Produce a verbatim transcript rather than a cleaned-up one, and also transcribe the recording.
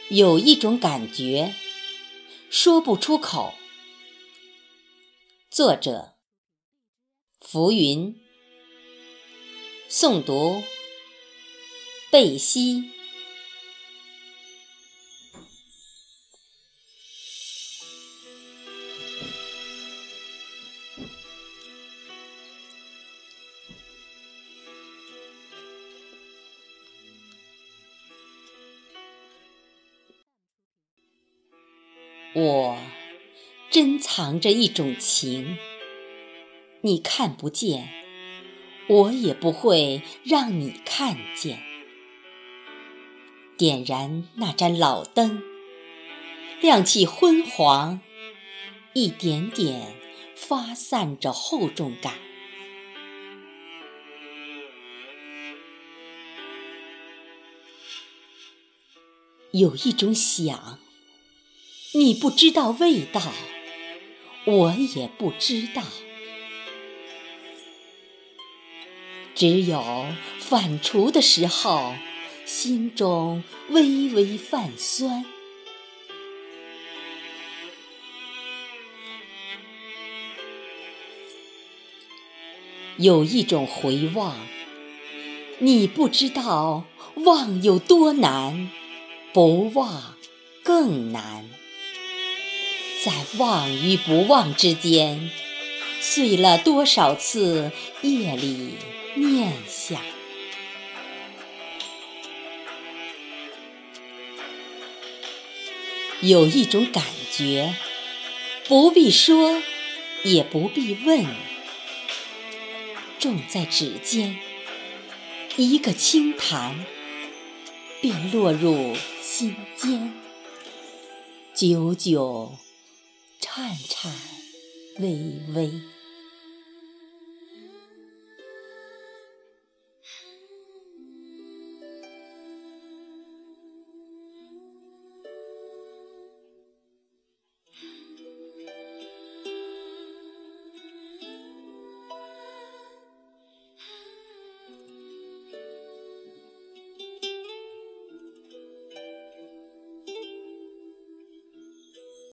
有一种感觉，说不出口。作者：浮云，诵读：贝西。我珍藏着一种情，你看不见，我也不会让你看见。点燃那盏老灯，亮起昏黄，一点点发散着厚重感。有一种想，你不知道味道，我也不知道，只有反刍的时候，心中微微泛酸。有一种回望，你不知道忘有多难，不忘更难。在忘与不忘之间，碎了多少次夜里念想。有一种感觉，不必说，也不必问，种在指尖，一个轻弹，便落入心间，久久，颤颤巍巍。